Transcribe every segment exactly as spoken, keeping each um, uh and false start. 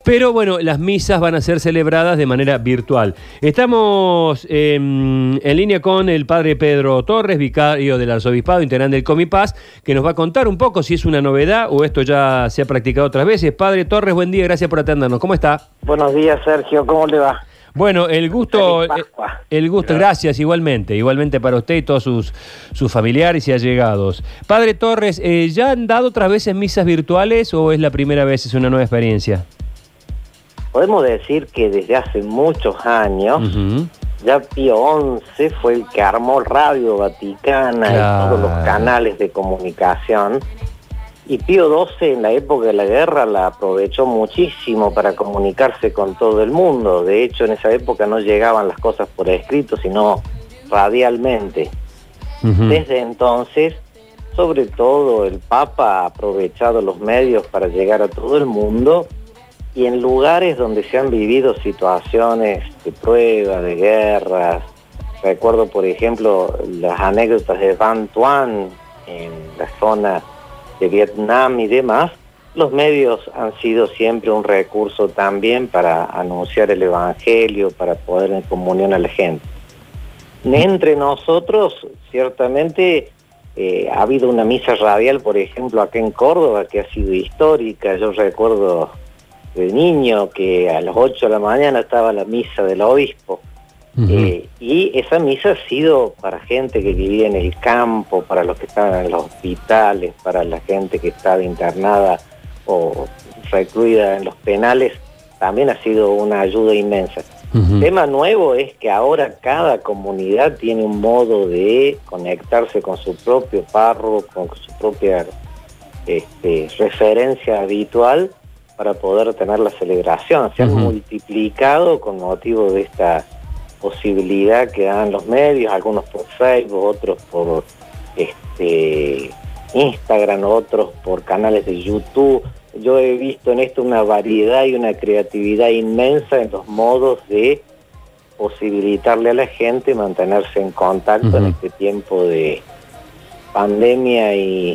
Pero bueno, las misas van a ser celebradas de manera virtual. Estamos eh, en línea con el padre Pedro Torres, vicario del arzobispado, integrante del Comipaz, que nos va a contar un poco si es una novedad o esto ya se ha practicado otras veces. Padre Torres, buen día, gracias por atendernos. ¿Cómo está? Buenos días, Sergio, ¿cómo le va? Bueno, el gusto, el gusto, gracias igualmente, igualmente para usted y todos sus, sus familiares y allegados. Padre Torres, eh, ¿ya han dado otras veces misas virtuales o es la primera vez, es una nueva experiencia? Podemos decir que desde hace muchos años, uh-huh. ya Pío once fue el que armó Radio Vaticana, claro, y todos los canales de comunicación. Y Pío doce en la época de la guerra la aprovechó muchísimo para comunicarse con todo el mundo. De hecho, en esa época no llegaban las cosas por escrito, sino radialmente. Uh-huh. Desde entonces, sobre todo, el Papa ha aprovechado los medios para llegar a todo el mundo y en lugares donde se han vivido situaciones de prueba, de guerras. Recuerdo, por ejemplo, las anécdotas de Van Tuan en la zona de Vietnam y demás. Los medios han sido siempre un recurso también para anunciar el Evangelio, para poner en comunión a la gente. Entre nosotros, ciertamente, eh, ha habido una misa radial, por ejemplo, acá en Córdoba, que ha sido histórica. Yo recuerdo de niño que a las ocho de la mañana estaba la misa del obispo. Uh-huh. Eh, y esa misa ha sido para gente que vivía en el campo, para los que estaban en los hospitales, para la gente que estaba internada o recluida en los penales, también ha sido una ayuda inmensa. Uh-huh. El tema nuevo es que ahora cada comunidad tiene un modo de conectarse con su propio párroco, con su propia este, referencia habitual para poder tener la celebración. Se han uh-huh. multiplicado con motivo de esta posibilidad que dan los medios, algunos por Facebook, otros por este Instagram, otros por canales de YouTube. Yo he visto en esto una variedad y una creatividad inmensa en los modos de posibilitarle a la gente mantenerse en contacto uh-huh. en este tiempo de pandemia y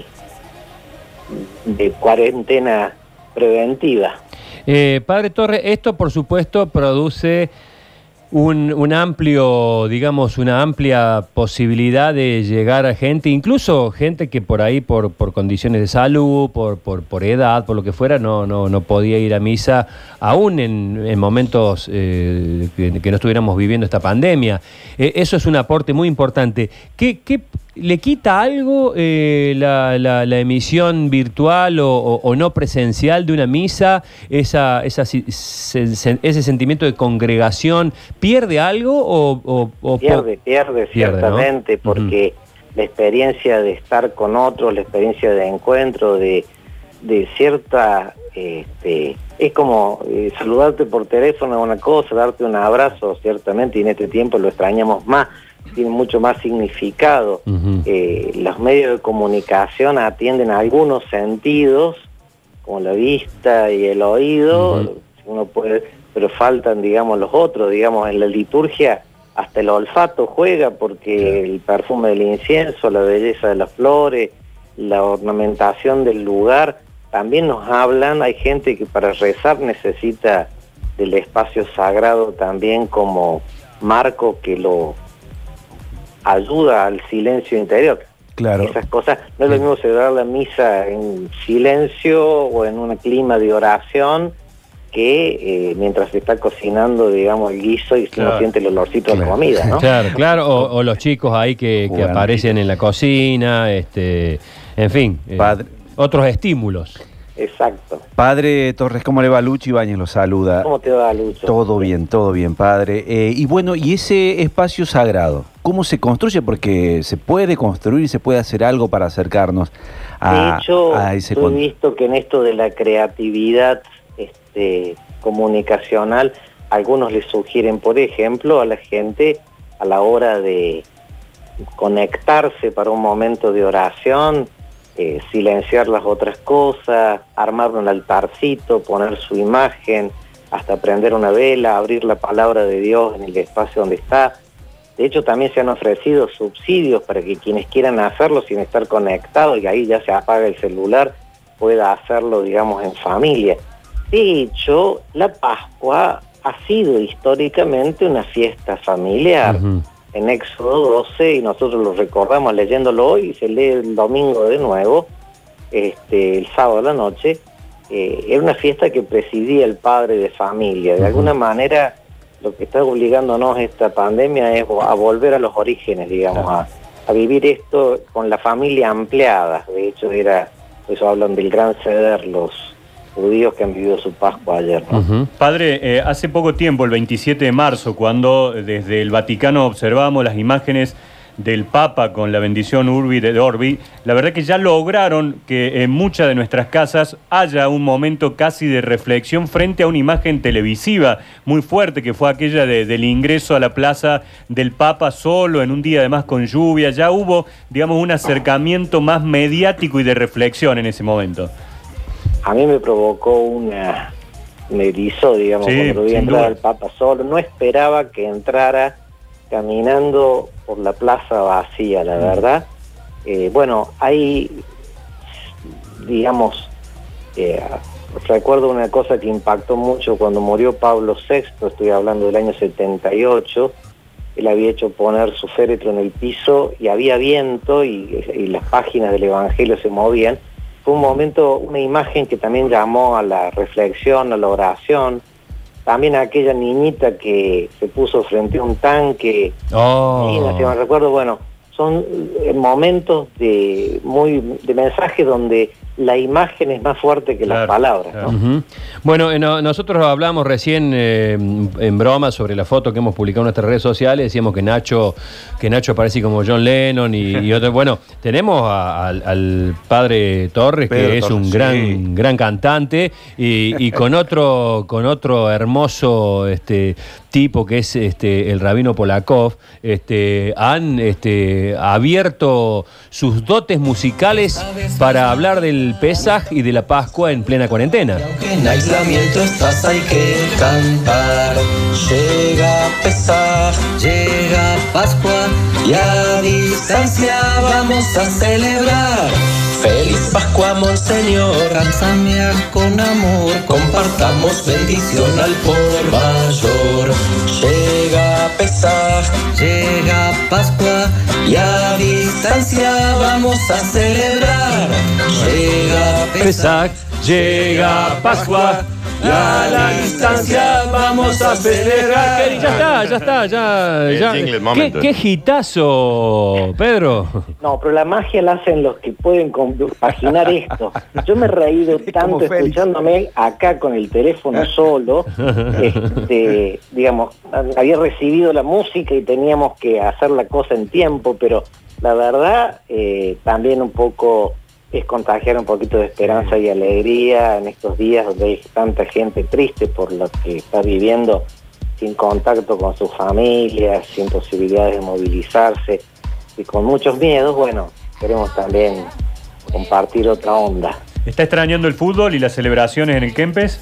de cuarentena preventiva. Eh, Padre Torres, esto por supuesto produce Un, un amplio, digamos, una amplia posibilidad de llegar a gente, incluso gente que por ahí, por, por condiciones de salud, por, por, por edad, por lo que fuera, no, no, no podía ir a misa, aún en, en momentos eh, que, que no estuviéramos viviendo esta pandemia. Eh, eso es un aporte muy importante. ¿Qué, qué le quita algo eh, la, la, la emisión virtual o, o, o no presencial de una misa? Esa, esa, se, se, ese sentimiento de congregación, ¿pierde algo o...? o, o pierde, pierde, pierde, ciertamente, ¿no? Porque uh-huh. la experiencia de estar con otros, la experiencia de encuentro, de, de cierta... Este, es como eh, saludarte por teléfono una cosa, darte un abrazo, ciertamente, y en este tiempo lo extrañamos más, tiene mucho más significado. Uh-huh. Eh, los medios de comunicación atienden a algunos sentidos, como la vista y el oído, uh-huh. uno puede, pero faltan, digamos, los otros. Digamos, en la liturgia hasta el olfato juega, porque uh-huh. el perfume del incienso, la belleza de las flores, la ornamentación del lugar, también nos hablan. Hay gente que para rezar necesita del espacio sagrado también como marco que lo ayuda al silencio interior. Claro. Esas cosas, no es lo mismo celebrar la misa en silencio o en un clima de oración que eh, mientras se está cocinando, digamos, el guiso y claro. uno siente el olorcito claro. de la comida, ¿no? Claro, claro, o, o los chicos ahí que, que aparecen en la cocina, este, en fin, eh, Padre. otros estímulos. Exacto. Padre Torres, ¿cómo le va? Lucho Ibáñez lo saluda. ¿Cómo te va, Lucho? Todo bien, todo bien, padre. Eh, y bueno, ¿y ese espacio sagrado? ¿Cómo se construye? Porque se puede construir y se puede hacer algo para acercarnos a, de hecho, a ese yo he visto que en esto de la creatividad este, comunicacional, algunos les sugieren, por ejemplo, a la gente a la hora de conectarse para un momento de oración, Eh, silenciar las otras cosas, armar un altarcito, poner su imagen, hasta prender una vela, abrir la palabra de Dios en el espacio donde está. De hecho, también se han ofrecido subsidios para que quienes quieran hacerlo sin estar conectados, y ahí ya se apaga el celular, pueda hacerlo, digamos, en familia. de hecho, la Pascua ha sido históricamente una fiesta familiar. Uh-huh. En Éxodo doce, y nosotros lo recordamos leyéndolo hoy, y se lee el domingo de nuevo, este, el sábado a la noche. Eh, era una fiesta que presidía el padre de familia. De uh-huh. alguna manera, lo que está obligándonos esta pandemia es a volver a los orígenes, digamos, uh-huh. a, a vivir esto con la familia ampliada. De hecho, era, eso hablan del gran ceder los judíos que han vivido su Pascua ayer, ¿no? Uh-huh. Padre, eh, hace poco tiempo, el veintisiete de marzo, cuando desde el Vaticano observamos las imágenes del Papa con la bendición Urbi et Orbi, la verdad que ya lograron que en muchas de nuestras casas haya un momento casi de reflexión frente a una imagen televisiva muy fuerte, que fue aquella de, del ingreso a la plaza del Papa solo, en un día además con lluvia. Ya hubo, digamos, un acercamiento más mediático y de reflexión en ese momento. A mí me provocó una... me erizó, digamos, sí, cuando vi entrar al Papa solo. No esperaba que entrara caminando por la plaza vacía, la verdad. Eh, bueno, hay, digamos, eh, recuerdo una cosa que impactó mucho cuando murió Pablo sexto, estoy hablando del año setenta y ocho. Él había hecho poner su féretro en el piso y había viento y, y las páginas del Evangelio se movían. Fue un momento, una imagen que también llamó a la reflexión, a la oración. También a aquella niñita que se puso frente a un tanque. Oh. Niña, si me recuerdo, bueno, son momentos de muy de mensajes donde la imagen es más fuerte que claro, las palabras, claro. ¿no? Uh-huh. Bueno, eh, no, nosotros hablamos recién eh, en broma sobre la foto que hemos publicado en nuestras redes sociales. Decíamos que Nacho que Nacho aparece como John Lennon y, y otro. Bueno, tenemos a, a, al padre Torres, Pedro que es Torres, un gran sí. gran cantante y, y con otro con otro hermoso este tipo que es este el rabino Polakov, este han este abierto sus dotes musicales para hablar del Pesaj y de la Pascua en plena cuarentena. Aunque en aislamiento estás, hay que cantar. Llega Pesaj, llega Pascua y a distancia vamos a celebrar. Feliz Pascua, Monseñor, Alzamea con amor, compartamos bendición al por mayor. Llega Pesaj, llega Pascua y a distancia vamos a celebrar. Llega Pesaj, llega Pascua y a la distancia vamos a celebrar. Ya está, ya está, ya. ya. ¿Qué, qué hitazo, Pedro? No, pero la magia la hacen los que pueden compaginar esto. Yo me he reído tanto escuchándome acá con el teléfono solo. Este, digamos, había recibido la música y teníamos que hacer la cosa en tiempo, pero la verdad eh, también un poco es contagiar un poquito de esperanza y alegría en estos días donde hay tanta gente triste por lo que está viviendo, sin contacto con sus familias, sin posibilidades de movilizarse y con muchos miedos. Bueno, queremos también compartir otra onda. ¿Está extrañando el fútbol y las celebraciones en el Kempes?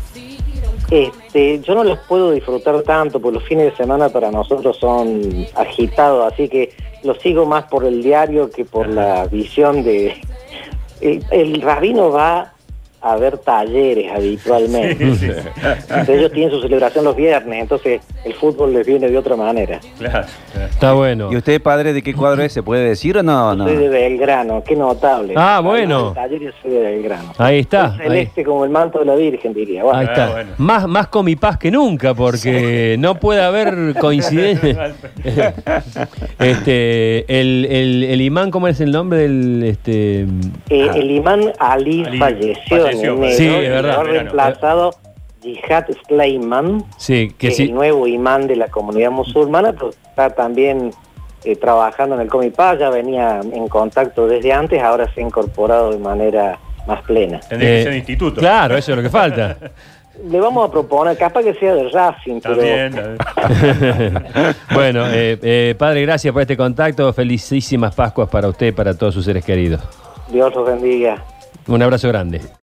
Este, yo no los puedo disfrutar tanto, porque los fines de semana para nosotros son agitados, así que los sigo más por el diario que por la visión de... El, el rabino va a ver talleres habitualmente. Sí, sí. Entonces, ellos tienen su celebración los viernes, entonces el fútbol les viene de otra manera. Claro, claro. Está bueno. ¿Y usted, padre, de qué cuadro es? ¿Se puede decir o no? no? Soy de Belgrano, qué notable. Ah, bueno. Talleres soy de Belgrano. Ahí está. Soy celeste ahí. Como el manto de la Virgen, diría. Bueno. Ahí está. Ah, bueno. Más, más con mi paz que nunca, porque sí. no puede haber coincidencia. este, el, el, el imán, ¿cómo es el nombre del...? Este... Eh, ah. El imán Ali, Ali falleció. Enero, sí, es verdad. Ha reemplazado Jihad Sleiman, sí, que, que sí. es el nuevo imán de la comunidad musulmana, pero está también eh, trabajando en el Comipaz, ya venía en contacto desde antes, ahora se ha incorporado de manera más plena. Tendría eh, que ser instituto. Claro, eso es lo que falta. Le vamos a proponer, capaz que sea de Racing, está pero... bien, está bien. Bueno, eh, eh, padre, gracias por este contacto, felicísimas Pascuas para usted y para todos sus seres queridos. Dios los bendiga. Un abrazo grande.